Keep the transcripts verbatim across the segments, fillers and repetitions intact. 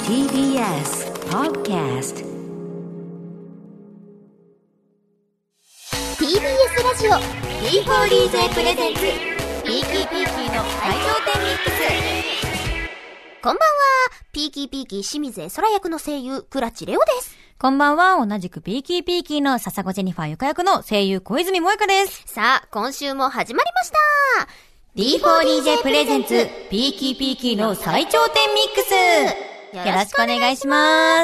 ティービーエス Podcast ティービーエス ラジオ ビーフォーディージェー プレゼンツピーキーピーキーの最頂点ミックス。こんばんは、ピーキーピーキー清水絵空役の声優倉地レオです。 こんばんは、同じくピーキーピーキーの笹子ジェニファーゆか役の声優小泉萌香です。 さあ、今週も始まりました。 ビーフォーディージェー プレゼンツピーキーピーキーの最頂点ミックス。よろしくお願いします。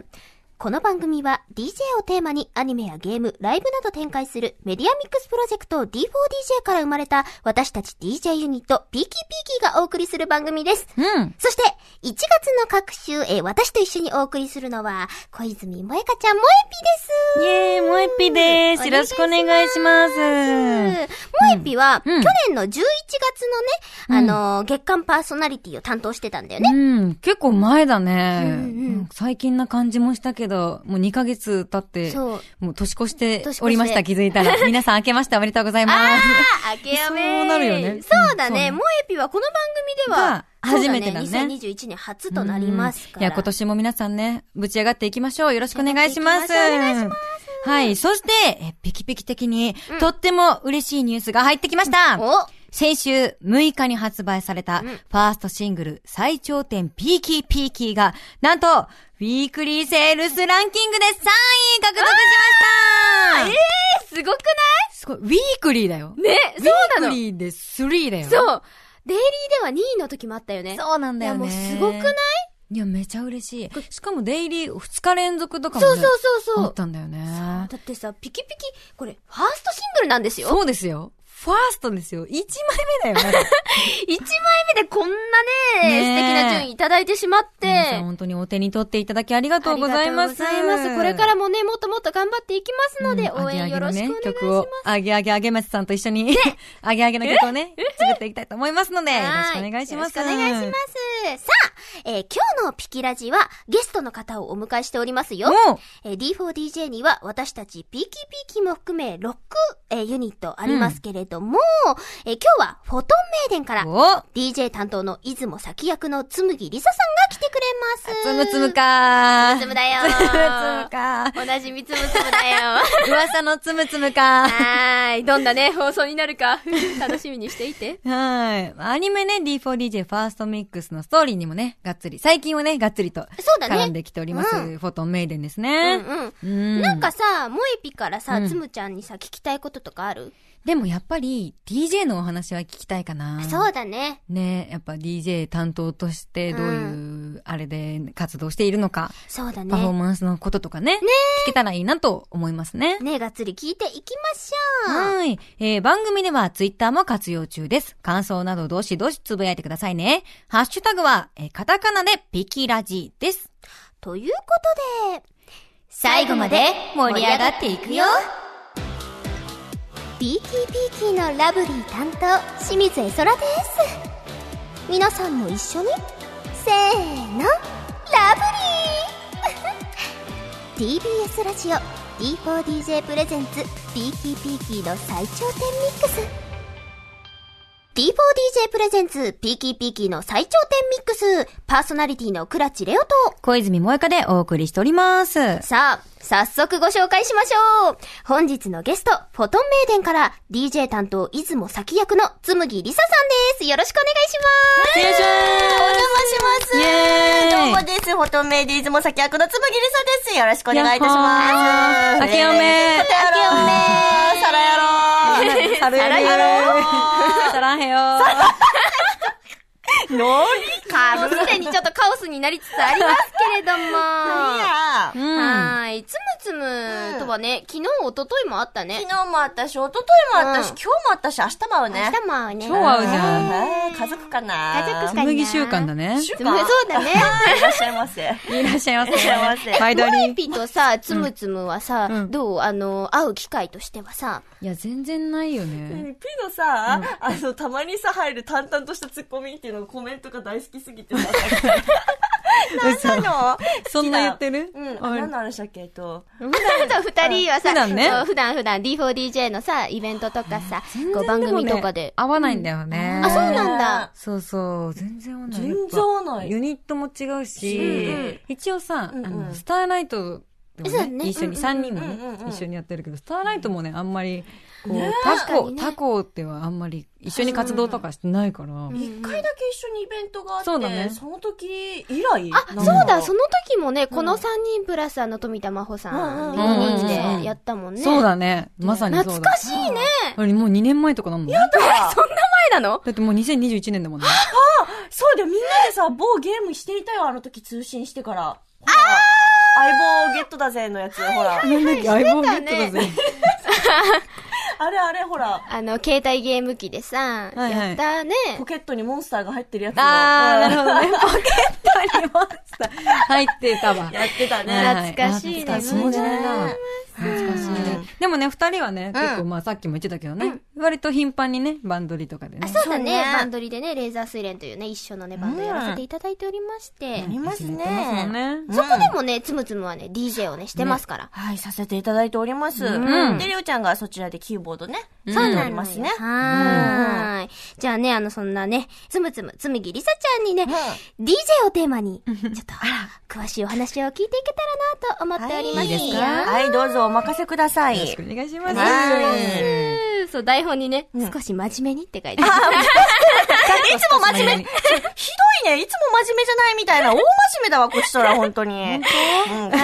この番組は ディージェー をテーマにアニメやゲーム、ライブなど展開するメディアミックスプロジェクト ディーフォーディージェー から生まれた私たち ディージェー ユニット ピーキーピーキーがお送りする番組です。 うん。 そしていちがつの各週、えー、私と一緒にお送りするのは小泉萌香ちゃん、萌えぴです。 イエーイ、萌えぴです。よろしくお願いします。 萌えぴは、うん、去年のじゅういちがつのね、うん、あのー、月間パーソナリティを担当してたんだよね。 うん、結構前だね。 うんうん、 最近な感じもしたけど、もうにかげつ経って、そうもう年越しておりました、気づいたら。皆さん明けましておめでとうございます。 あー、明けおめ。 そうなるよね。 そうだね。萌えぴはこの番組では、 初めてだね。 にせんにじゅういちねん初となりますから。 いや、今年も皆さんね、ぶち上がっていきましょう。よろしくお願いします。お願いします。 はい。そして、えピキピキ的に、うん、とっても嬉しいニュースが入ってきました。 お先週むいかに発売された、ファーストシングル、最頂点ピーキーピーキーが、なんと、ウィークリーセールスランキングでさんい獲得しました。 えー、すごくない？ すごい。ウィークリーだよ。 ね、そうなの。 ウィークリーでスリーだよ。 そう。デイリーではにいの時もあったよね。 そうなんだよね。 いや、もうすごくない？ いや、めちゃ嬉しい。しかもデイリーふつか連続とかもね。 そうそうそうそう。 あったんだよね。 だってさ、ピキピキ、これ、ファーストシングルなんですよ。 そうですよ。ファーストですよ。いちまいめだよね。 いちまいめでこんなね、ね素敵な順位いただいてしまって。 皆さん本当にお手に取っていただきありがとうございます。 ありがとうございます。これからもね、もっともっと頑張っていきますので、うん、応援よろしくお願いします。 曲を、あげあげあげまつさんと一緒に、あげあげの曲をね、作っていきたいと思いますので、よろしくお願いします。 よろしくお願いします。さあ、えー、今日のピキラジはゲストの方をお迎えしておりますよ。えー、ディーフォーディージェー には私たちピーキーピーキーも含めろく、えー、ユニットありますけれども、うんえー、今日はフォトンメイデンから ディージェー 担当の出雲咲役のつむぎりささんが来てくれます。 つむつむかー。 つむつむだよー。 つむつむかー。 おなじみつむつむだよー。噂のつむつむかー。 はーい。どんなね、放送になるか楽しみにしていて。 はい。アニメね、ディーフォーディージェー ファーストミックスのストーリーにもね、がっつり、最近はね、がっつりと絡んできております。ねうん、フォトンメイデンですね。 うんうん。うん、なんかさ、萌えぴからさ、つむちゃんにさ、聞きたいこととかある？ でもやっぱり ディージェー のお話は聞きたいかな。 そうだね。 ね、やっぱ ディージェー 担当としてどういうあれで活動しているのか。 そうだね。 パフォーマンスのこととかね。ね聞けたらいいなと思いますね。 ねがっつり聞いていきましょう。 はい。えー、番組ではツイッターも活用中です。感想などどしどしつぶやいてくださいね。ハッシュタグは、えー、カタカナでピキラジです。 ということで、最後まで盛り上がっていくよ。ピーキーピーキーのラブリー担当清水絵空です。皆さんも一緒にせーのラブリーティービーエス ラジオ ディーフォーディージェー プレゼンツピーキーピーキーの最頂点ミックス。 ディーフォーディージェー プレゼンツピーキーピーキーの最頂点ミックス。パーソナリティの倉地レオと小泉萌香でお送りしております。 さあ早速ご紹介しましょう。本日のゲスト、フォトンメイデンから ディージェー 担当出雲咲役のつむぎりささんです。よろしくお願いします。 よいしょー。 お邪魔します。 イエーイ。 どうもです。フォトンメイデン出雲咲役のつむぎりさです。よろしくお願いいたします。 明けおめ。 明けおめ。さらやろー。さらやろー。さらへよー。 ノリかもうすでにちょっとカオスになりつつありますけれども。 はーい。つむつむとはね、昨日、おとといもあったね。 昨日もあったし、おとといもあったし、今日もあったし、明日も会うね。 明日も会うね。 今日会うじゃん。 家族かな。 家族かな。 つむぎ週間だね。 週間そうだね。 いらっしゃいませ。 いらっしゃいませ。 いらっしゃいませ。 毎度に。 萌えぴとさ、つむつむはさ、どうあの、会う機会としてはさ。 いや、全然ないよね。 ピのさ、あの、たまにさ、入る淡々としたツッコミっていうのコメントが大好きすぎてさ、 何なのそんな言ってる？ うん。あ、何の話だっけえっと。 普段と二人はさ、 普段ね。 普段普段 ディーフォーディージェー のさ、イベントとかさ、こう番組とかで。 合わないんだよね。 あ、そうなんだ。 そうそう。全然合わない。 全然合わない。 ユニットも違うし、一応さ、あの、スターライト、でもね、一緒に、三人もね、一緒にやってるけど、スターライトもね、あんまり、こう、他校、他校ってはあんまり一緒に活動とかしてないから。 一回だけ一緒にイベントがあって、 そうだね。 その時以来。 あ、そうだ、その時もね、この三人プラスあの富田真帆さん、よにんでやったもんね。 そうだね。まさにそうだ。 懐かしいね。 あれ、もうにねんまえとかなの？ やだそんな前なの？ だってもうにせんにじゅういちねんだもんね。 ああ、そうだよ、みんなでさ、某ゲームしていたよ、あの時通信してから。ああ相棒ゲットだぜのやつ、ほら。 なんだっけ、相棒ゲットだぜ。 あれあれ、ほら。 あの、携帯ゲーム機でさ、 はいはい、 やったね。 ポケットにモンスターが入ってるやつ。 あー、なるほどね。ポケットにモンスター入ってたわ。 やってたね。 懐かしいね。 その時代だ。懐かしいね。でもね、二人はね、結構まあさっきも言ってたけどね、割と頻繁にね、バンドリとかでね。 あ、そうだね。バンドリでね、レーザースイレンというね、一緒のね、バンドやらせていただいておりまして。 ありますね。 そこでもね、つむつむはね、ディージェー をね、してますから。 はい、させていただいております。で、りょうちゃんがそちらでキーボードね。 そうなりますね。 はーい。じゃあね、あの、そんなね、つむつむ、つむぎりさちゃんにね、ディージェー をテーマに、ちょっと、詳しいお話を聞いていけたらなと思っております。 いいですか？ はい、どうぞお任せください。 よろしくお願いします。 そう、台本にね、少し真面目にって書いてある。 いつも真面目。ひどいね。いつも真面目じゃないみたいな。大真面目だわ、こっちとら、本当に。本当？うん、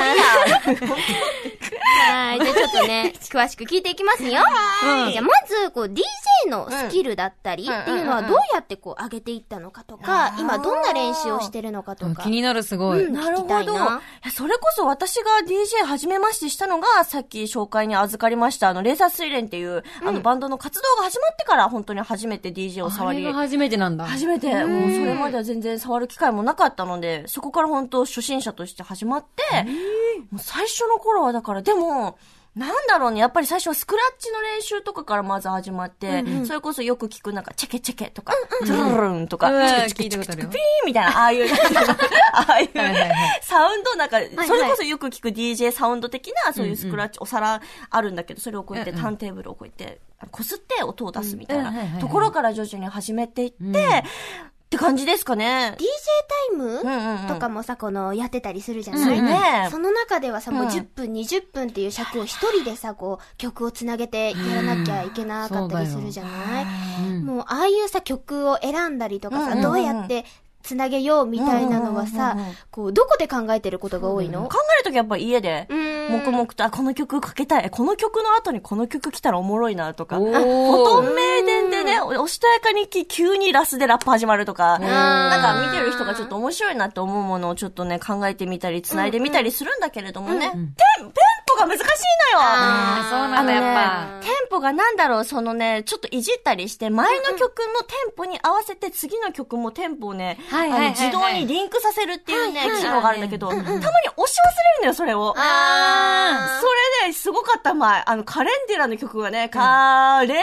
はい。じゃあちょっとね、詳しく聞いていきますよ。じゃあまず、こう、ディージェー のスキルだったりっていうのはどうやってこう、上げていったのかとか、今どんな練習をしてるのかとか。 気になる、すごい。 なるほど。それこそ私が ディージェー 始めましてしたのが、さっき紹介に預かりました、あの、レーザースイレンっていう、あの、バンドの活動が始まってから、本当に初めて ディージェー を触り。 あれが初めてなんだ。 初めて。もうそれまでは全然触る機会もなかったので、そこから本当初心者として始まって、もう最初の頃はだから、でも、なんだろうね。やっぱり最初はスクラッチの練習とかからまず始まって、うんうん、それこそよく聞くなんか、チェケチェケとか、トゥルルンとか、チクチクチクチクピーンみたいな、ああいう、ああいうサウンドなんか、それこそよく聞く ディージェー サウンド的な、そういうスクラッチ、お皿あるんだけど、それをこうやってターンテーブルをこうやって、こすって音を出すみたいなところから徐々に始めていって、って感じですかね。 ディージェー タイムとかもさ、この、やってたりするじゃない、ね、その中ではさ、もうじゅっぷん、にじゅっぷんっていう尺を一人でさ、こう、曲をつなげてやらなきゃいけなかったりするじゃない、うん、もう、ああいうさ、曲を選んだりとかさ、どうやって、つなげようみたいなのはさ、こう、どこで考えてることが多いの？ 考えるときやっぱ家で、黙々と、あ、この曲かけたい。この曲の後にこの曲来たらおもろいなとか、フォトン名電でね、おしとやかに急にラスでラップ始まるとか、なんか見てる人がちょっと面白いなって思うものをちょっとね、考えてみたり、つないでみたりするんだけれどもね、テン、テンポが難しいのよ。 ああ、そうなんだ、やっぱ。 テンポがなんだろう、そのね、ちょっといじったりして、前の曲のテンポに合わせて次の曲もテンポをね、あの自動にリンクさせるっていうね、機能があるんだけど、たまに押し忘れるのよ、それを。あー。それね、すごかった前。あの、カレンディラの曲がね、カレンディラ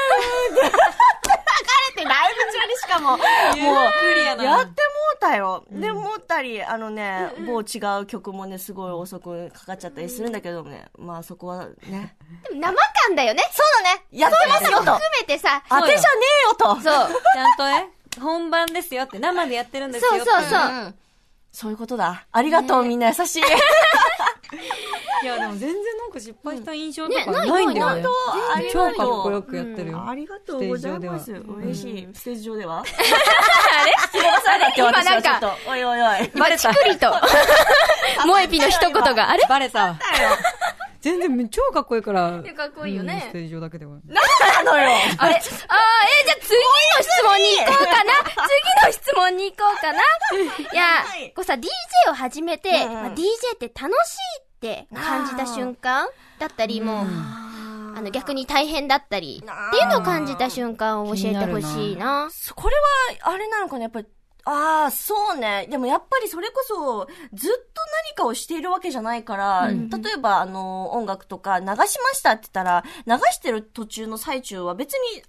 ってライブ中にしかも、もう、やってもうたよ。で、もったり、あのね、某違う曲もね、すごい遅くかかっちゃったりするんだけどもね、まあそこはね。 でも生感だよね。 そうだね。やってますよと。 含めてさ、 当てじゃねえよと。 そう。 ちゃんとね、本番ですよって、生でやってるんですよって。 そうそうそう。うん、 そういうことだ。ありがとう、ね、みんな優しい。 いや、でも全然なんか失敗した印象とかないんだよね。超かっこよくやってるよ。 ありがとうございます。嬉しい。ステージ上ではあれすみませんだって私はちょっと。 おいおいおい。 バチクリと。萌えぴの一言が。あれバレた。全然超かっこいいから。 かっこいいよね。 ステージ上だけでは。 なんなのよ。 あれあー、えー、じゃあ次の質問に行こうかな。次の質問に行こうかな。いや、こうさ、ディージェー を始めて、まあ、ディージェー って楽しいって感じた瞬間だったり、もう、あの逆に大変だったりっていうのを感じた瞬間を教えてほしいな。 これは、あれなのかな、やっぱり、ああ、そうね。でもやっぱりそれこそ、ずっと何かをしているわけじゃないから、うん、例えばあの、音楽とか流しましたって言ったら、流してる途中の最中は別にあんまり特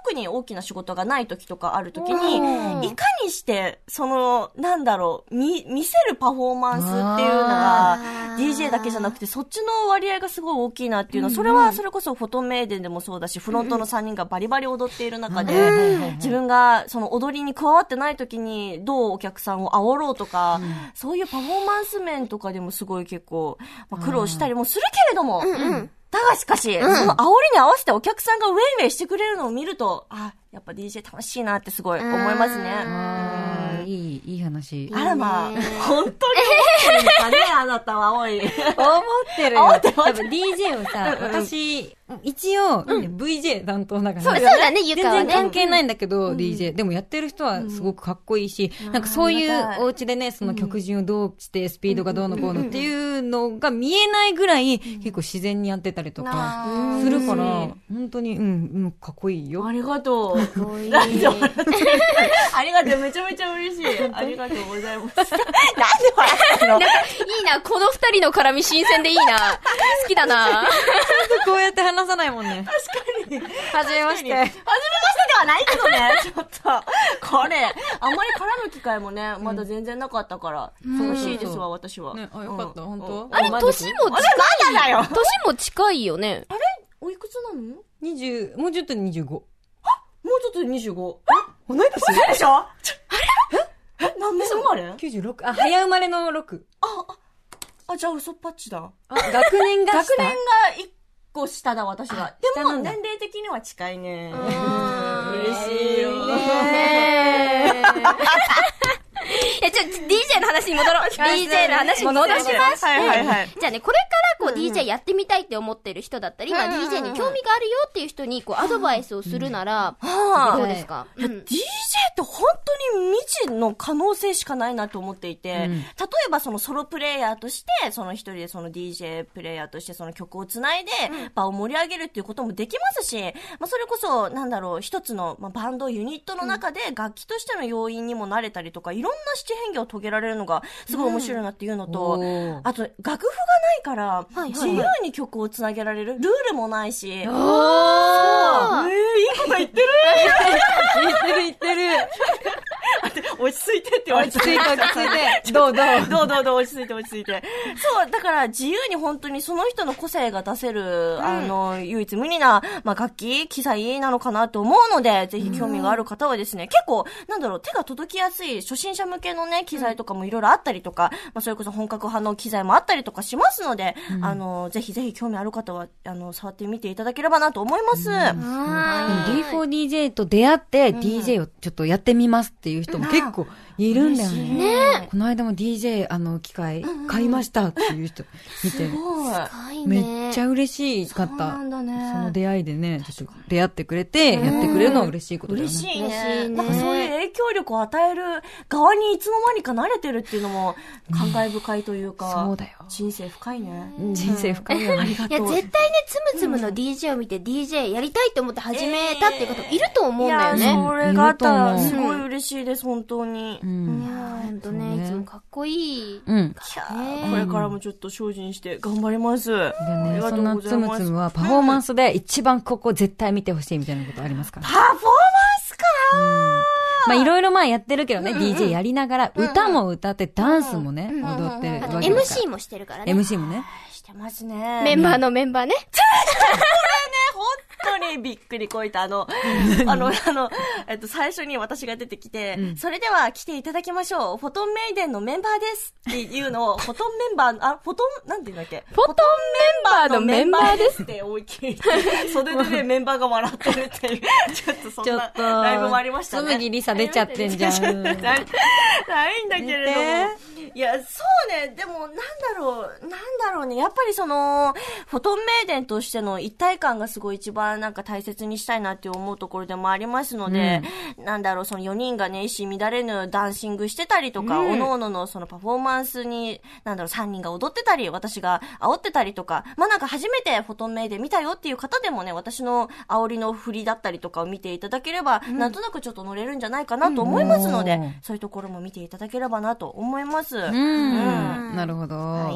特に大きな仕事がない時とかある時に、いかにして、その、なんだろう、見、見せるパフォーマンスっていうのが、ディージェー だけじゃなくて、そっちの割合がすごい大きいなっていうのは、それはそれこそフォトメイデンでもそうだし、フロントのさんにんがバリバリ踊っている中で、自分がその踊りに加わってない時に、どうお客さんを煽ろうとか、そういうパフォーマンス面とかでもすごい結構、まあ、苦労したりもするけれども、だがしかし、うん、その煽りに合わせてお客さんがウェイウェイしてくれるのを見ると、あ、やっぱ ディージェー 楽しいなってすごい思いますね。 あいい、いい話。 あらまあ、本当に思ってるんですかね、あなたは、おい。思ってるよ。 思ってます。 多分 ディージェー をさ、私、一応、うん、ブイジェー 担当だから。 そうだね、ゆかはね。 全然関係ないんだけど、うん、ディージェー。でもやってる人はすごくかっこいいし、うん、なんかそういうお家でね、その曲順をどうして、スピードがどうのこうのっていうのが見えないぐらい、結構自然にやってたりとかするから、本当に、うん、うん、かっこいいよ。 ありがとう。 かっこいい。 ありがとう、めちゃめちゃ嬉しい。ありがとうございます。なんで笑ったの？ いいな、この二人の絡み新鮮でいいな。好きだな。 こうやって話さないもんね。 確かに。 はじめまして。 はじめましてではないけどね。ちょっと。これ、あんまり絡む機会もね、まだ全然なかったから、楽しいですわ、私は。 ね、あ、よかった、本当。 あれ、年も近い。 まだだよ。 年も近いよね。 あれおいくつなの？ にじゅう、もうちょっとでにじゅうご。 もうちょっとでにじゅうご。え？同い年？そうでしょ？あれ？え？何年生まれ？ きゅうじゅうろく。あ、早生まれのろく。 あ、あ、じゃあ嘘っぱっちだ。 あ、学年が下？学年がいっこ下だ、私は。でも、年齢的には近いね。嬉しいよね。 え、ちょ、ディージェー の話に戻ろう。ディージェー の話に戻しまして。 はいはいはい。 じゃあね、これからこう ディージェー やってみたいって思ってる人だったり、まあ ディージェー に興味があるよっていう人にこうアドバイスをするなら、どうですか？ ディージェー って本当に未知の可能性しかないなと思っていて、例えばそのソロプレイヤーとして、その一人でその ディージェー プレイヤーとしてその曲をつないで場を盛り上げるっていうこともできますし、まあそれこそなんだろう、一つのバンド、ユニットの中で楽器としての要因にもなれたりとか、いろんな七変化を遂げられるのがすごい面白いなっていうのと、うん、あと楽譜がないから、はいはいはい、自由に曲をつなげられる、ルールもないし、 おー、 そう、えー、いいこと言ってる言ってる言ってる落ち着いてって言われて。 落ち着いて落ち着いて。どうどうどうどうどう落ち着いて落ち着いて。そう、だから自由に本当にその人の個性が出せる、うん、あの、唯一無二な、まあ、楽器、機材なのかなと思うので、ぜひ興味がある方はですね、うん、結構、なんだろう、手が届きやすい初心者向けのね、機材とかもいろいろあったりとか、まあ、それこそ本格派の機材もあったりとかしますので、うん、あの、ぜひぜひ興味ある方は、あの、触ってみていただければなと思います。うん、 ディーフォーディージェー と出会って、ディージェー をちょっっとやってみますっていう人も結構いるんだよね。ね、この間も ディージェー あの機械買いましたっていう人見て、 すごいめっちゃ嬉しかった。 そうなんだね。 その出会いでね、ちょっと出会ってくれてやってくれるのは嬉しいことだよね。 嬉しいね。なんかそういう影響力を与える側にいつの間にか慣れてるっていうのも感慨深いというか、 うん、そうだよ。 人生深いね。 人生深いよ。ありがとう。 いや絶対ね、つむつむの ディージェー を見て ディージェー やりたいと思って始めたっていう方いると思うんだよね。 いや、それがあったらすごい嬉しいです、本当に。 うん、いやー、ほんとね、いつもかっこいい。 うん。 これからもちょっと精進して頑張ります。 でね、そんなつむつむはパフォーマンスで一番ここ絶対見てほしいみたいなことありますか？ パフォーマンスかー、 うん、まあいろいろまあやってるけどね、うんうん、ディージェー やりながら歌も歌ってダンスもね、うんうん、踊ってるわけですから。 エムシー もしてるからね。 エムシー もね。 してますね。 メンバーのメンバーね。これね、本当にびっくりこいた。あの、あの、あの、えっと、最初に私が出てきて、うん、それでは来ていただきましょう。フォトンメイデンのメンバーですっていうのを、フォトンメンバー、あ、フォトン、なんて言うんだっけ？ フォトンメンバーのメンバーですって思いっきり。袖でね、メンバーが笑ってるっていう、ちょっとそんなライブもありましたね。 つむぎりさ出ちゃってんじゃん。 ないんだけれども。いや、そうね、でも、なんだろう、なんだろうね、やっぱりその、フォトンメイデンとしての一体感がすごい一番なんか大切にしたいなって思うところでもありますので、うん、なんだろう、そのよにんがね、一糸乱れぬダンシングしてたりとか、うん、各々のそのパフォーマンスに、なんだろう、さんにんが踊ってたり、私が煽ってたりとか、まあ、なんか初めてフォトンメイデン見たよっていう方でもね、私の煽りの振りだったりとかを見ていただければ、うん、なんとなくちょっと乗れるんじゃないかなと思いますので、うん、そういうところも見ていただければなと思います。 うん、うん、なるほど。 はい。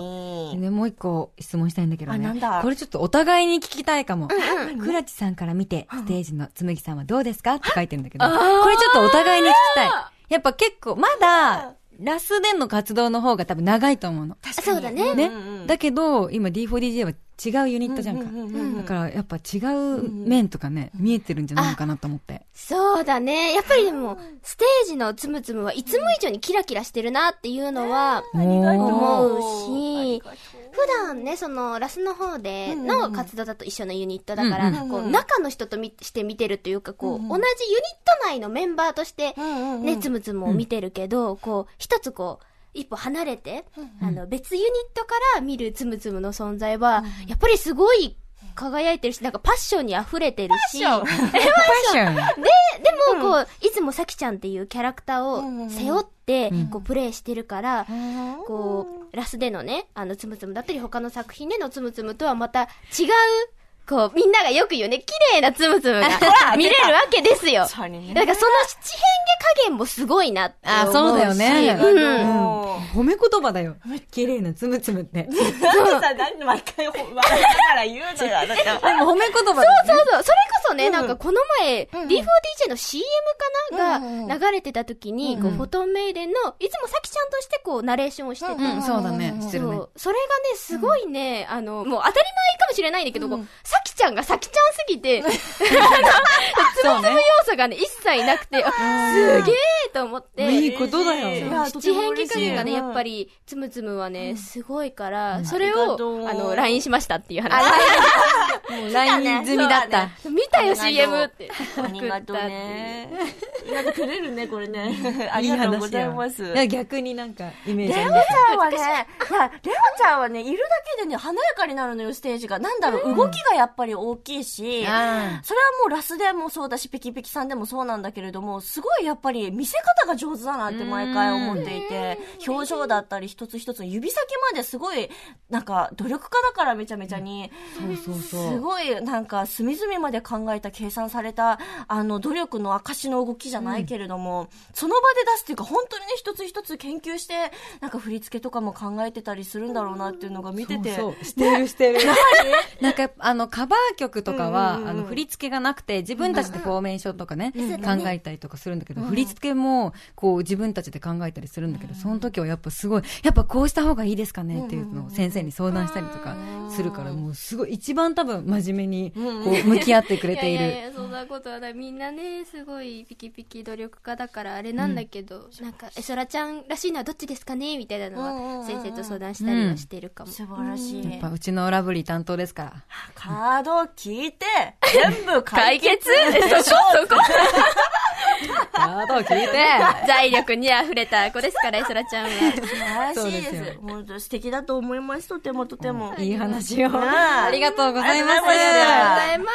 い。 ね、もう一個質問したいんだけどね。 あ、なんだ。 これちょっとお互いに聞きたいかも。 うんうん。 クラチさんから見て、ステージのつむぎさんはどうですかって書いてるんだけど、これちょっとお互いに聞きたい。やっぱ結構、まだ、ラスでの活動の方が多分長いと思うの。 確かに。そうだね。 ね。だけど、今 ディーフォーディージェー は違うユニットじゃんか。だからやっぱ違う面とかね、見えてるんじゃないかなと思って。 そうだね。やっぱりでも、ステージのつむつむはいつも以上にキラキラしてるなっていうのは思うし、普段ね、そのラスの方での活動だと一緒のユニットだから、こう中の人とみして見てるというか、こう、同じユニット内のメンバーとしてね、つむつむを見てるけど、こう、一つこう、一歩離れて、あの、別ユニットから見るつむつむの存在は、やっぱりすごい輝いてるし、なんかパッションに溢れてるし、パッション。パッション。で、でもこう、いつもさきちゃんっていうキャラクターを背負って、こう、プレイしてるから、こう、ラスでのね、あの、つむつむだったり、他の作品でのつむつむとはまた違う、こう、みんながよく言うね、綺麗なつむつむが見れるわけですよ。だからその七変化加減もすごいなって思うし。あ、 そうだよね。 うん。 褒め言葉だよ。綺麗なつむつむって。 そうさ、何毎回笑いながら言うのよ。 でも褒め言葉だよね。 そうそうそう。それこそね、なんかこの前、ディーフォーディージェー の シーエム かなが流れてた時に、こう、フォトンメイデンの、いつもさきちゃんとしてこう、ナレーションをしてて。 そうだね。してるね。 それがね、すごいね、あの、もう当たり前かもしれないんだけど、さきちゃんがさきちゃんすぎて、つむつむ要素がね、一切なくて、すげーと思って。 いいことだよ。 七変化加減がね、やっぱり、つむつむはね、すごいから、それを、あの、ライン しましたっていう話。 もう ライン 済みだった。 見たよ、シーエム って。 ありがとうね。なんか照れるね、これね。ありがとうございます。いや、 逆になんか、イメージ。 レオちゃんはね、いや、レオちゃんはね、いるだけでね、華やかになるのよ、ステージが。なんだろう、動きがやっぱり大きいし、それはもうラスでもそうだし、ピキピキさんでもそうなんだけれども、すごいやっぱり見せ方が上手だなって毎回思っていて、表情だったり一つ一つの指先まですごい、なんか努力家だからめちゃめちゃに、 そうそうそう。 すごいなんか隅々まで考えた計算された、あの努力の証の動きじゃないけれども、うん、その場で出すっていうか本当にね一つ一つ研究して、なんか振り付けとかも考えてたりするんだろうなっていうのが見てて。 そうそうしてるしてる。なんかあのカバー曲とかは、うんうんうん、あの振り付けがなくて自分たちでフォーメーションとかね、うんうん、考えたりとかするんだけど、うん、振り付けもこう自分たちで考えたりするんだけど、その時はやっぱすごい、やっぱこうした方がいいですかねっていうのを先生に相談したりとかするから、もうすごい一番多分真面目にこう向き合ってくれている。 いやいやいや、そんなことはない。みんなね、すごいピキピキ努力家だからあれなんだけど、うん、なんか、えそらちゃんらしいのはどっちですかねみたいなのは先生と相談したりはしてるかも。 うん、素晴らしい。 やっぱうちのラブリー担当ですから。 カード聞いて、全部解決そこそこカード聞いて財力に溢れた子ですから、えそらちゃんは。 素晴らしいです。です。本当素敵だと思います。とてもとても。 いい話を。ありがとうございます。 ありがとうございます。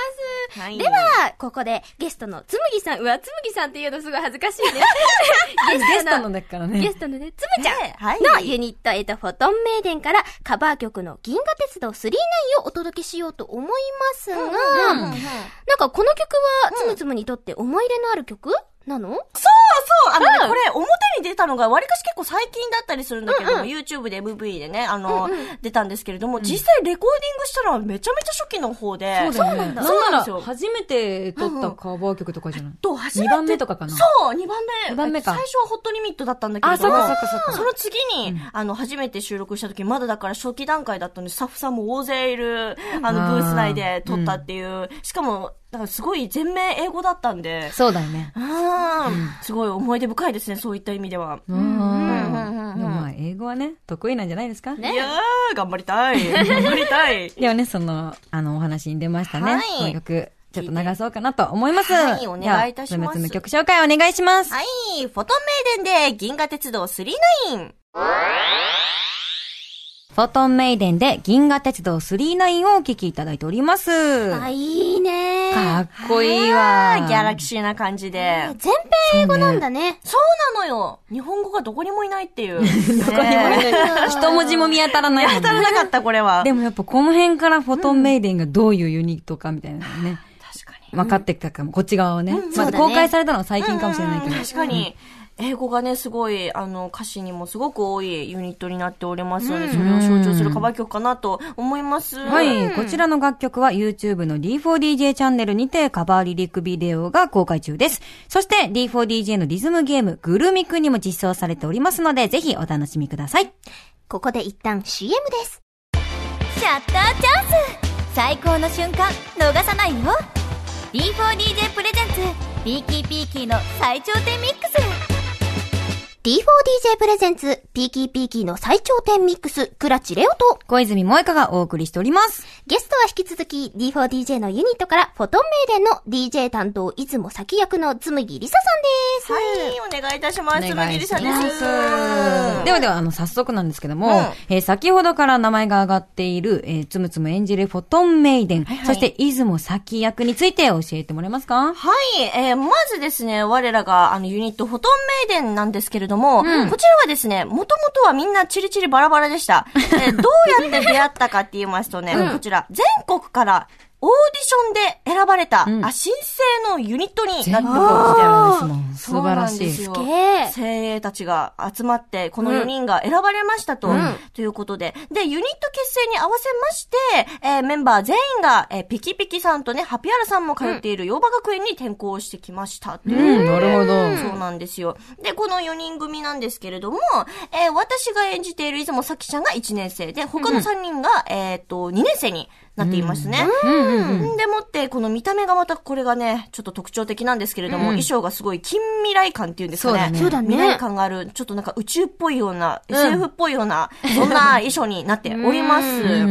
はい、では、ここでゲストのつむぎさん、うわ、つむぎさんっていうのすごい恥ずかしいね。 ゲストのだからね。 ゲストのね、つむちゃんのユニット、えっと、フォトンメイデンからカバー曲の銀河鉄道スリーナインをお届けしようと思いますが、うんうんうんうん、なんかこの曲はつむつむにとって思い入れのある曲なの？ そうそうあのね、うん、これ表に出たのが割かし結構最近だったりするんだけども、うんうん、YouTube で エムブイ でね、あの、うんうん、出たんですけれども、うん、実際レコーディングしたのはめちゃめちゃ初期の方で。 そうだよね。そうなんだ。そうなんですよ。初めて撮ったカバー曲とかじゃない？ と、初めて。 にばんめとかかな？ そう、にばんめ。 にばんめか。 最初はホットリミットだったんだけれども、 あ、そっかそっかそっか。 その次に、うん、あの、初めて収録した時、まだだから初期段階だったので、スタッフさんも大勢いる、あの、ブース内で撮ったっていう、うん、しかも、だからすごい全面英語だったんで。 そうだよね。 うん。すごい思い出深いですね、そういった意味では。 うん。でもまあ、英語はね、得意なんじゃないですかね。いやー、頑張りたい。頑張りたい。 ではね、その、あの、お話に出ましたね。はい。この曲、ちょっと流そうかなと思います。 はい、お願いいたします。 つむつむ曲紹介お願いします。 はい、フォトンメイデンで銀河鉄道スリーナイン。 フォトンメイデンで銀河鉄道スリーナインをお聴きいただいております。 あ、いいね。 かっこいいわ。 ギャラクシーな感じで。 全編英語なんだね。 そうなのよ。日本語がどこにもいないっていう。 どこにもいない。一文字も見当たらない。 見当たらなかった、これは。 でもやっぱこの辺からフォトンメイデンがどういうユニットかみたいなのね。 確かに。 分かってきたかも、こっち側はね。まだ公開されたのは最近かもしれないけど。 確かに。 英語がね、すごい、あの、歌詞にもすごく多いユニットになっておりますので、それを象徴するカバー曲かなと思います。 はい。こちらの楽曲は YouTube の ディーフォーディージェー チャンネルにてカバーリリックビデオが公開中です。そして ディーフォーディージェー のリズムゲームグルミクにも実装されておりますので、ぜひお楽しみください。 ここで一旦 シーエム です。 シャッターチャンス、最高の瞬間逃さないよ。 ディーフォーディージェー プレゼンツピーキーピーキーの最頂点ミックス。 ディーフォーディージェー プレゼンツピーキーピーキーの最頂点ミックス、クラチレオと小泉萌香がお送りしております。 ゲストは引き続き ディーフォーディージェー のユニットからフォトンメイデンの ディージェー 担当出雲咲役のつむぎりささんです。 はい、お願いいたします。つむぎりさんです。 ではでは、あの、早速なんですけども、うん、えー、先ほどから名前が挙がっている、えー、つむつむ演じるフォトンメイデン、はいはい、そして出雲咲役について教えてもらえますか？ はい、えー、まずですね、我らがあのユニットフォトンメイデンなんですけれども、うん、こちらはですね、もともとはみんなチリチリバラバラでした。えー、どうやって出会ったかって言いますとね、うん、こちら、全国からオーディションで選ばれた、うん、あ、新生のユニットになってきてるんですもん。 素晴らしい。 すげえ。精鋭たちが集まって、このよにんが選ばれましたと、うん、ということで。で、ユニット結成に合わせまして、えー、メンバー全員が、えー、ピキピキさんとね、ハピアラさんも通っている洋場学園に転校してきました。 うん、うん、なるほど。 そうなんですよ。で、このよにん組なんですけれども、えー、私が演じている出雲咲ちゃんがいちねん生で、他のさんにんが、うん、えっと、にねん生になっていますね。うんうんうん、でもって、この見た目がまたこれがね、ちょっと特徴的なんですけれども、うん、衣装がすごい近未来感っていうんですかね。 そうだね。 未来感がある、ちょっとなんか宇宙っぽいような、うん、エスエフ っぽいような、そんな衣装になっております。うんうん、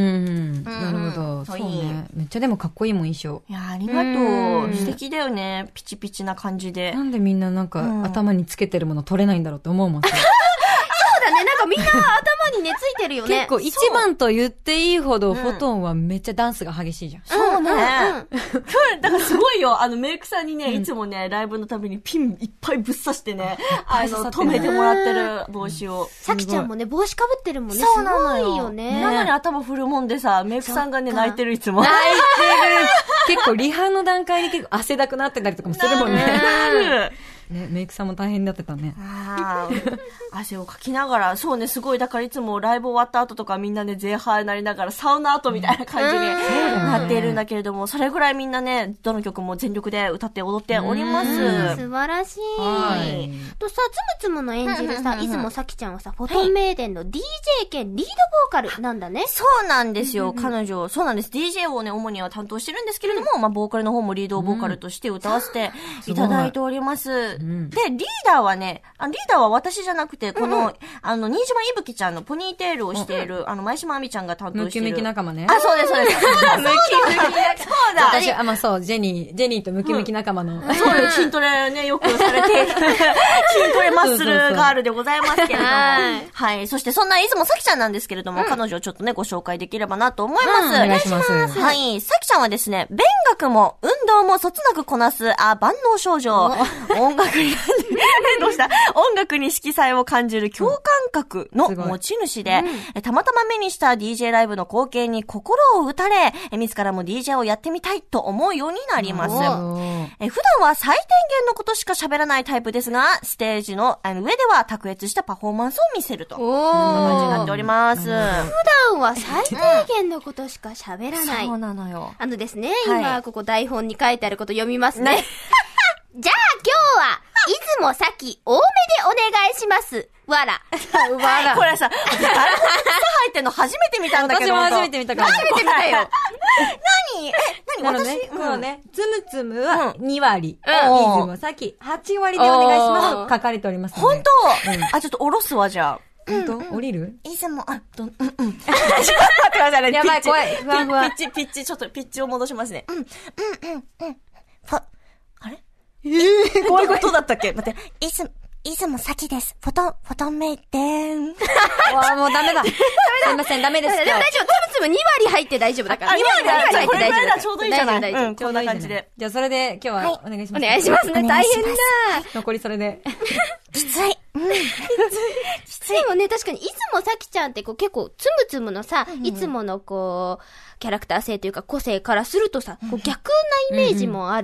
なるほど。そうね。めっちゃでもかっこいいもん、衣装。 いや、ありがとう。素敵だよね。ピチピチな感じで。 なんでみんななんか、うん、頭につけてるもの取れないんだろうって思うもん。 そうだね。なんかみんな頭にね、ついてるよね。 結構一番と言っていいほど、フォトンはめっちゃダンスが激しいじゃん。 そうね。だからすごいよ。あの、メイクさんにね、いつもね、ライブのたびにピンいっぱいぶっ刺してね、あの、止めてもらってる帽子を。 さきちゃんもね、帽子かぶってるもんね。そうなのよ。すごいよね。 なのに頭振るもんでさ、メイクさんがね、泣いてるいつも。 泣いてる。結構リハの段階に結構汗だくなってたりとかもするもんね。なる。ね、メイクさんも大変になってたね。 あ汗をかきながら、そうね、すごい、だからいつもライブ終わった後とかみんなね、ゼーハーになりながらサウナ後みたいな感じになっているんだけれども、それぐらいみんなね、どの曲も全力で歌って踊っております。 素晴らしい。はい。とさ、つむつむの演じるさ、出雲咲ちゃんはさ、フォトンメイデンの ディージェー 兼リードボーカルなんだね。 そうなんですよ、彼女。そうなんです。ディージェー をね、主には担当してるんですけれども、まあ、ボーカルの方もリードボーカルとして歌わせていただいております。で、リーダーはね、あリーダーは私じゃなくて、この、うん、あの、新島いぶきちゃんのポニーテールをしている、うん、あの、前島あみちゃんが担当している。 ムキムキ仲間ね。 あ、そうです、そうです。ムキムキ。そうだ。 私、あ、まあそう、ジェニー、ジェニーとムキムキ仲間の。 うん、そうです、筋トレね、よくされている、筋トレマッスルガールでございますけれども。はい。そして、そんな出雲咲ちゃんなんですけれども、うん、彼女をちょっとね、ご紹介できればなと思います。うん、お願いします。 はい。咲ちゃんはですね、勉学も運動もそつなくこなす、あ、万能少女。音楽に、どうした音楽に色彩を感じる共感覚の持ち主で、うん、たまたま目にした ディージェー ライブの光景に心を打たれ、自らも ディージェー をやってみたいと思うようになります。え普段は最低限のことしか喋らないタイプですが、ステージの上では卓越したパフォーマンスを見せると。こんな感じになっております。普段は最低限のことしか喋らない。 そうなのよ。 あのですね、今ここ台本に書いてあること読みますね。じゃあ今日は、出雲咲多めでお願いします。わら。 わら。これさ、台本に入ってんの初めて見たんだけど。 私も初めて見たから。 初めて見たよ。 何え、何私、 ね、このね、つむつむはにわり。出雲咲はちわりでお願いしますと書かれておりますので。 本当、あ、ちょっとおろすわ、じゃあ。 本当、降りる出雲、あ、ど、うん、うん。ちょっと待ってくださいね。 やばい、怖い。ふわふわ。 ピッチ、ピッチ、ちょっとピッチを戻しますね。うん、うん、うん、うん。ふあれえぇ、こういうことだったっけ待って、いつ、出雲咲です。フォトン、フォトンメイデン。 わもうダメだ。すいません、ダメですよ。 でも大丈夫。つむつむにわり入って大丈夫だから。にわり入って大丈夫。これぐらいだ、ちょうどいいじゃない。うん、こんな感じで。 じゃあそれで今日はお願いします。 お願いしますね。大変だ。 残りそれで。 きつい。うん。きつい。 きつい。でもね、確かに、出雲咲ちゃんってこう結構、つむつむのさ、いつものこう、キャラクター性というか個性からするとさ、こう逆なイメージもある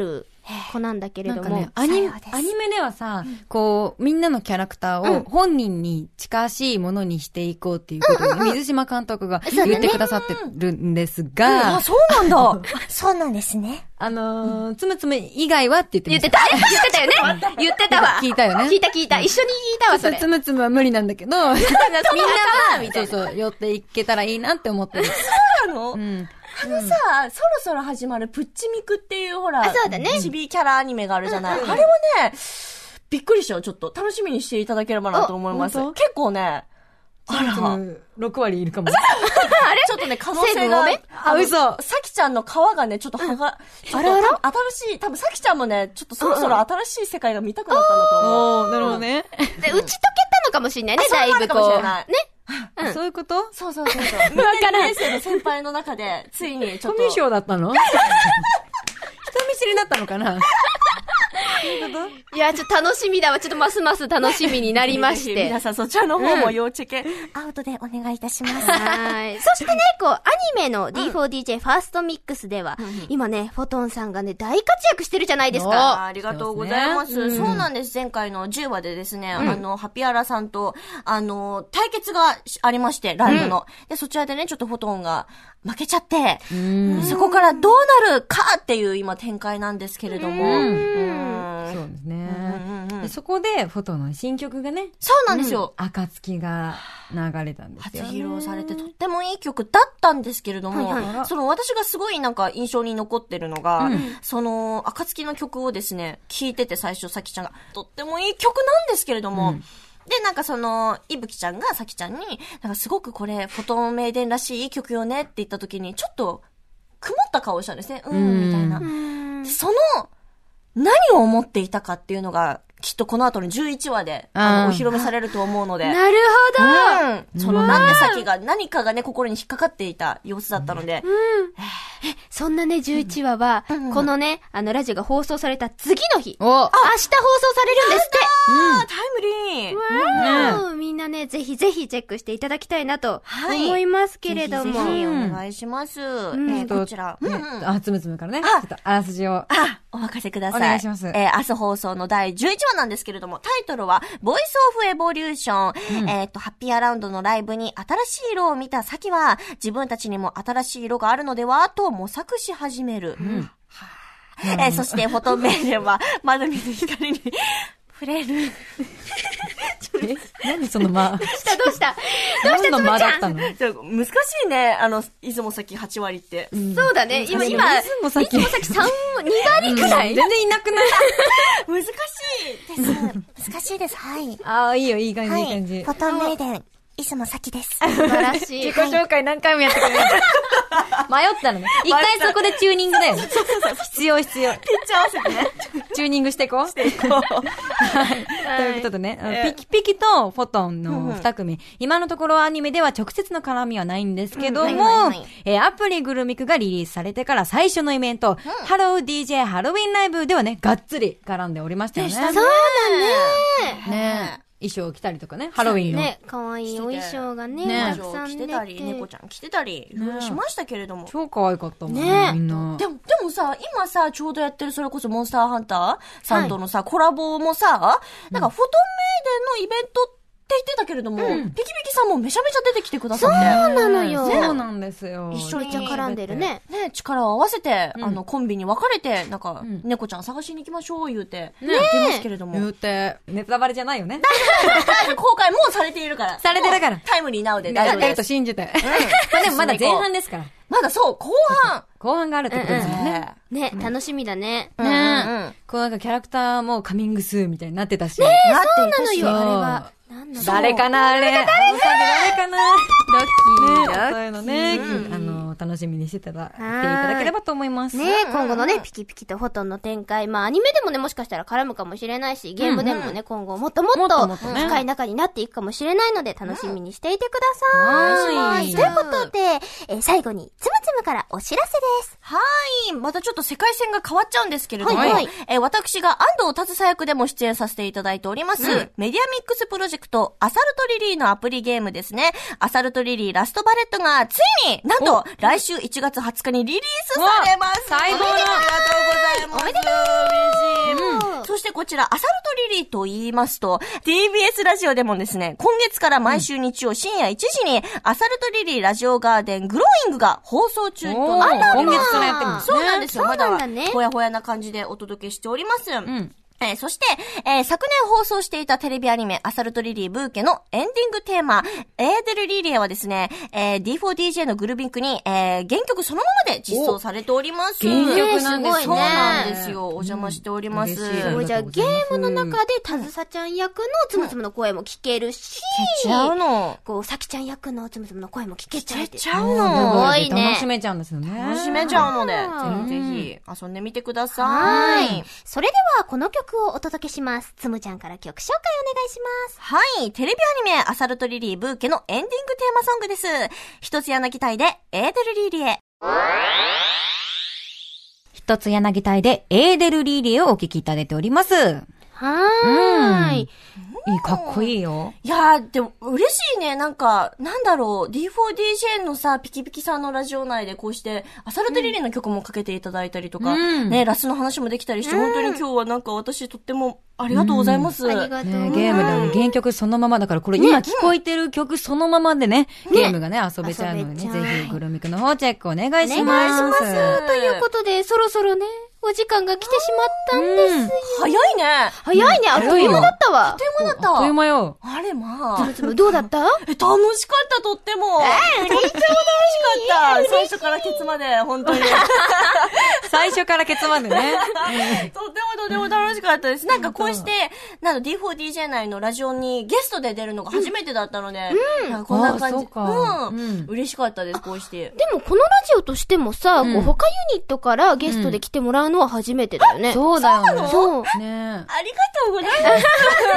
子なんだけれども。 なんかね、アニ、アニメではさ、うん、こう、みんなのキャラクターを本人に近しいものにしていこうっていうことを、うんうんうん、水島監督が言ってくださってるんですが、 うんうん、あ、そうなんだ。 そうなんですね。 あのー、つむつむ以外はって言ってました。言ってた言ってたよね言ってたわ。 聞いたよね。 聞いた聞いた。一緒に聞いたわ、それ。 つむつむは無理なんだけど、みんなは、そうそう、寄っていけたらいいなって思ってる。 そうなの？うん。あのさ、うん、そろそろ始まるプッチミクっていうほら、 あ、そうだね。 チビキャラアニメがあるじゃない。うん、あれはね、びっくりしたよ、ちょっと。楽しみにしていただければなと思います。結構ね、 あら、ろく割いるかも。 あれちょっとね、可能性が。 あ、嘘。 さきちゃんの皮がね、ちょっと剥が、 あらあら新しい、多分さきちゃんもね、ちょっとそろそろ新しい世界が見たくなったんだと思う。 おー、なるほどね。 で、打ち解けたのかもしれないね、だいぶこう。ね。 うん、そういうこと？ そうそうそうそう。にねん生の先輩の中で、ついにちょっと。 コミュ障だったの？人見知りだったのかな？ いや、ちょっと楽しみだわ。ちょっとますます楽しみになりまして。 皆さんそちらの方も要チェケ、うん、アウトでお願いいたします。 はい。そしてね、こう、アニメの ディーフォーディージェー ファーストミックスでは、うん、今ね、フォトンさんがね、大活躍してるじゃないですか。 ありがとうございます。そう、ねうん、そうなんです。前回のじゅうわでですね、うん、あの、ハピアラさんと、あの、対決がありまして、ライブの。うん、で、そちらでね、ちょっとフォトンが負けちゃって、うんそこからどうなるかっていう今展開なんですけれども。うんうんそうですね、うんうんうん、で。そこでフォトの新曲がね。 そうなんですよ。 うん、暁が流れたんですよ。 初披露されてとってもいい曲だったんですけれども、はいはい、その私がすごいなんか印象に残ってるのが、うん、その暁の曲をですね、聴いてて最初さきちゃんがとってもいい曲なんですけれども、うんで、なんかその、いぶきちゃんがさきちゃんに、なんかすごくこれ、フォトメイデンらしいいい曲よねって言った時に、ちょっと、曇った顔をしたんですね。うん、みたいな。でその、何を思っていたかっていうのが、きっとこの後のじゅういちわで、あの、お披露目されると思うので。 なるほど、 うん、その、なんで先が、何かがね、心に引っかかっていた様子だったので。うん。 え、そんなね、じゅういちわは、うん、このね、あの、ラジオが放送された次の日。 お明日放送されるんですって。 うん、タイムリー。わー、うん、みんなね、ぜひぜひチェックしていただきたいなと思いますけれども。 はい、ぜひぜひお願いします。うん、えー、こちら。 ね、うん、あ、つむつむからね。ちょっと、あらすじを。 あ、お任せください。 お願いします。 えー、明日放送のだいじゅういちわなんですけれども、タイトルは、ボイスオフエボリューション。うん、えっと、ハッピーアラウンドのライブに新しい色を見た先は、自分たちにも新しい色があるのではと模索し始める。うんえー、そして、フォトメーデンは、窓見る光に触れる。 え何その間。 どうしたどうしたどうした何の間だったの難しいね、あの、出雲崎はち割って。 うん、そうだね、今、今、出雲崎。出雲崎さん、に割くらい、 うん、全然いなくない難しいです。難しいです。はい。 ああ、いいよ、いい感じ、はい、いい感じ。 フォトメイデン。出雲崎です。 素晴らしい。 自己紹介何回もやってくれる。迷ったのね。一回そこでチューニングだよ。必要必要。 ピッチ合わせてね。 チューニングしていこう。していこう。はい。ということでね、えー、ピキピキとフォトンの二組、うん、今のところアニメでは直接の絡みはないんですけども、うんはいはいはい、えー、アプリグルミクがリリースされてから最初のイベント、うん、ハロー ディージェー ハロウィンライブではね、がっつり絡んでおりましたよね。 そうだね。 ね衣装を着たりとかね、ハロウィンの。 ね、可愛いお衣装がね、ねたくさん着てたり、猫ちゃん着てたり、いろいろしましたけれども。 超可愛かったもんね、 ねみんな。 でも、でもさ、今さ、ちょうどやってるそれこそモンスターハンターさんとのさ、はい、コラボもさ、なんかフォトメイデンのイベントって言ってたけれども、うん、ピキピキさんもめちゃめちゃ出てきてくださって。 そうなのよ。 そうなんですよ。 一緒に絡んでるね。 ね、力を合わせて、うん、あの、コンビに分かれて、なんか、うん、猫ちゃん探しに行きましょう、言うて。ね言ってますけれども。 言うて、ネタバレじゃないよね。 公開もうされているから。 されてるから。 タイムリーナウで大丈夫です。 やると信じて。うん、まあでもまだ前半ですから。 まだそう、後半後半があるってことですもんね。 ね、楽しみだね。 ねこうなんかキャラクターもカミングスーみたいになってたし。 ねえ、そうなのよ、あれは。 誰かなあれ。誰かなドッキー。 そういうのね、あの、楽しみにしていただければと思います。 ね今後のね、ピキピキとフォトンの展開、まあアニメでもね、もしかしたら絡むかもしれないし、ゲームでもね、今後もっともっと深い仲になっていくかもしれないので、楽しみにしていてください。ということで、え最後に、つむつむからお知らせです。 はい。またちょっと世界線が変わっちゃうんですけれども、はいはい、え私が安藤達佐役でも出演させていただいております、うん、メディアミックスプロジェクト、アサルトリリーのアプリゲームですね。アサルトリリーラストバレットが、ついになんと、来来週いちがつはつかにリリースされます。 最高の。 ありがとうございます。 おめでとう。 嬉しい。うん、そしてこちら、アサルトリリーと言いますと、ティービーエス ラジオでもですね、今月から毎週日曜深夜いちじに、アサルトリリーラジオガーデングローイングが放送中となっております。 今月からやってるんですね。 そうなんですよ。 そうなんだね。 まだほやほやな感じでお届けしております。 うんえー、そして、えー、昨年放送していたテレビアニメ、アサルトリリーブーケのエンディングテーマ、エーデルリリエはですね、えー、ディーフォーディージェー のグルビンクに、えー、原曲そのままで実装されております。 原曲なんですね。 そうなんですよ。お邪魔しております。 うん、 すごい。じゃあ、ゲームの中でタズサちゃん役のつむつむの声も聞けるし、 聞けちゃうの。 こう、サキちゃん役のつむつむの声も聞けちゃう。聞けちゃうの。 すごいね。 楽しめちゃうんですよね。 楽しめちゃうので、ぜひぜひ遊んでみてください。 はい。それでは、この曲をお届けします。つむちゃんから曲紹介お願いします。 はい。テレビアニメ、アサルトリリーブーケのエンディングテーマソングです。一つ柳隊で、エーデルリリエ。 一つ柳隊で、エーデルリリエをお聴きいただいております。 はーい。 いい、かっこいいよ。 いやー、でも嬉しいね。なんか、なんだろう、ディーフォーディージェー のさ、ピキピキさんのラジオ内でこうして、アサルトリリーの曲もかけていただいたりとか、うん、ね、ラスの話もできたりして、うん、本当に今日はなんか私とってもありがとうございます。 うん、ありがとう、 ね。ゲームだね。原曲そのままだから、これ今聞こえてる曲そのままでね、ねゲームがね、遊べちゃうのでね、ぜひグルミクの方チェックお願いします。お願いします。 ということで、そろそろね、お時間が来てしまったんですよ。うん、 早いね。 早いね。あっという間だったわ。 あっという間だったわ。 あっという間よ。 あれまあ。 つむどうだった？ え、楽しかった、とっても。えー、嬉しい。楽しかった。最初からケツまで、本当に。 最初からケツまでね。 とってもとっても楽しかったです。なんかこうして、なんか ディーフォーディージェー 内のラジオにゲストで出るのが初めてだったので、うん、なんかこんな感じ。うん。うん。嬉しかったです、こうして。 でもこのラジオとしてもさ、こう他ユニットからゲストで来てもらうのは初めてだよね。 そうだよね。 そう。 ねありがとうございます。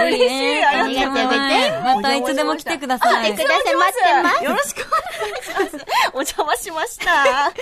嬉しい。 ありがとうございます。 またいつでも来てください。 来てください。待ってます。 よろしくお願いします。お邪魔しました。 はい、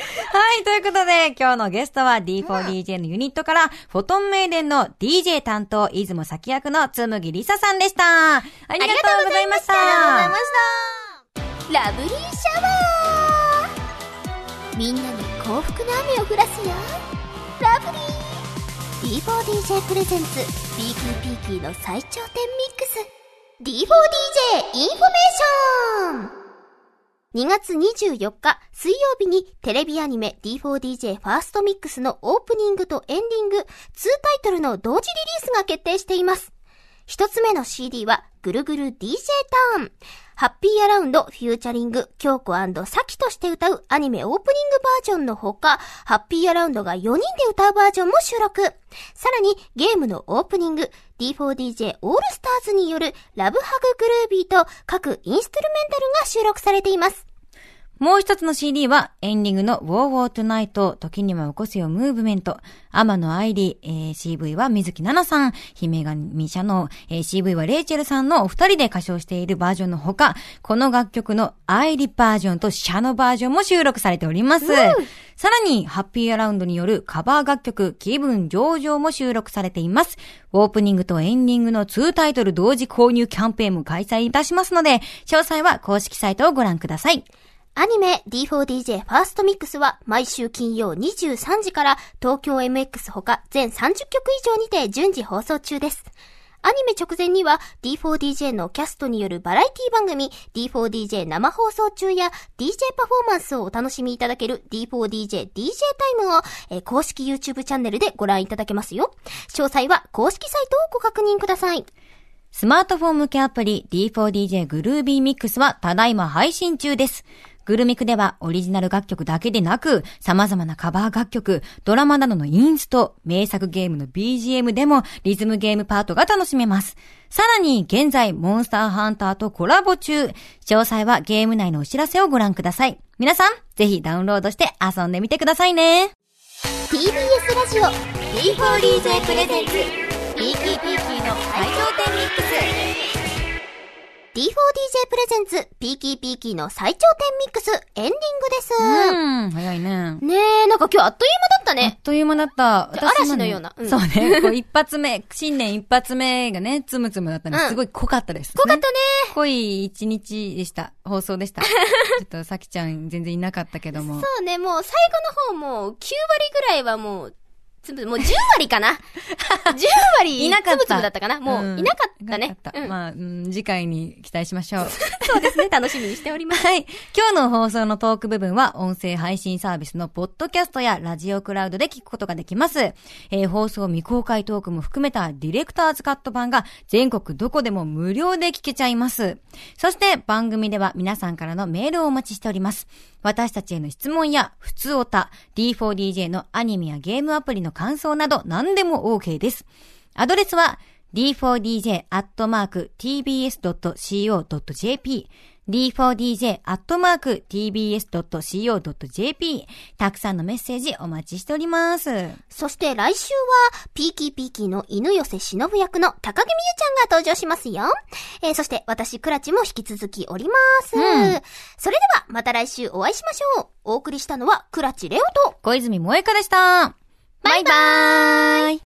ということで、今日のゲストは ディーフォーディージェー のユニットから、フォトンメイデンの ディージェー 担当、出雲咲役のつむぎりささんでした。ありがとうございました。 ありがとうございました。ラブリーシャワー。みんなに幸福な雨を降らすよ。ラブリー。ディーフォーディージェー プレゼンツ ピーキーピーキー の最頂点ミックス ディーフォーディージェー インフォメーション。にがつにじゅうよっか水曜日にテレビアニメ ディーフォーディージェー ファーストミックスのオープニングとエンディングにタイトルの同時リリースが決定しています。一つ目の シーディー はぐるぐる ディージェー ターン。ハッピーアラウンドフューチャリング京子&サキとして歌うアニメオープニングバージョンのほか、ハッピーアラウンドがよにんで歌うバージョンも収録。さらにゲームのオープニング ディーフォーディージェー オールスターズによるラブハググルービーと各インストゥルメンタルが収録されています。 もう一つの シーディー はエンディングの War War Tonight 時には起こすよムーブメント、天野愛理、えー、シーブイ は水木奈々さん、姫神シャノ、えー、シーブイ はレイチェルさんのお二人で歌唱しているバージョンのほか、この楽曲の愛理バージョンとシャノバージョンも収録されております。さらにハッピーアラウンドによるカバー楽曲気分上々も収録されています。オープニングとエンディングのにタイトル同時購入キャンペーンも開催いたしますので、詳細は公式サイトをご覧ください。 アニメ ディーフォーディージェー ファーストミックスは毎週金曜にじゅうさんじから東京 エムエックス ほか全さんじゅっきょく以上にて順次放送中です。アニメ直前には ディーフォーディージェー のキャストによるバラエティ番組 ディーフォーディージェー 生放送中や ディージェー パフォーマンスをお楽しみいただける ディーフォーディージェー ディージェー タイムを、えー、公式 YouTube チャンネルでご覧いただけますよ。詳細は公式サイトをご確認ください。 スマートフォン向けアプリ ディーフォーディージェー グルービーミックスはただいま配信中です。グルミクではオリジナル楽曲だけでなく、様々なカバー楽曲、ドラマなどのインスト、名作ゲームの ビージーエム でもリズムゲームパートが楽しめます。さらに現在モンスターハンターとコラボ中。詳細はゲーム内のお知らせをご覧ください。皆さん、ぜひダウンロードして遊んでみてくださいね。 ティービーエス ラジオディーフォーディージェー プレゼンツ ピーキーピーキー の最頂点ミックス。 ディーフォーディージェー プレゼンツピーキーピーキーの最頂点ミックスエンディングです。 うん、早いね。 ねえ、なんか今日あっという間だったね。 あっという間だった。 嵐のような。 うん、そうね。こう一発目、新年一発目がね、つむつむだったね。すごい濃かったです、ね。 濃かったね。 濃い一日でした。放送でした。ちょっとさきちゃん全然いなかったけども。 そうね、もう最後の方もうきゅう割ぐらいはもう、つぶ、もうじゅう割かな。じゅう割、 いなかった。つぶつぶだったかな。もう、いなかったね。 ったうん、まあ、うん、次回に期待しましょう。 そうですね。楽しみにしております。 はい。今日の放送のトーク部分は、音声配信サービスのポッドキャストやラジオクラウドで聞くことができます。えー、放送未公開トークも含めたディレクターズカット版が全国どこでも無料で聞けちゃいます。そして番組では皆さんからのメールをお待ちしております。私たちへの質問や、ふつおた、ディーフォーディージェー のアニメやゲームアプリの感想など何でも OK です。アドレスは ディーフォーディージェー アットマーク ティービーエス ドット シーオー ドット ジェーピー ディーフォーディージェー アットマーク ティービーエス ドット シーオー ドット ジェーピー たくさんのメッセージお待ちしております。 そして来週はピーキーピーキーの犬寄せ忍役の高木美優ちゃんが登場しますよ。えー、そして私クラチも引き続きおります、うん、それではまた来週お会いしましょう。お送りしたのはクラチレオと小泉萌香でした。バイバーイ。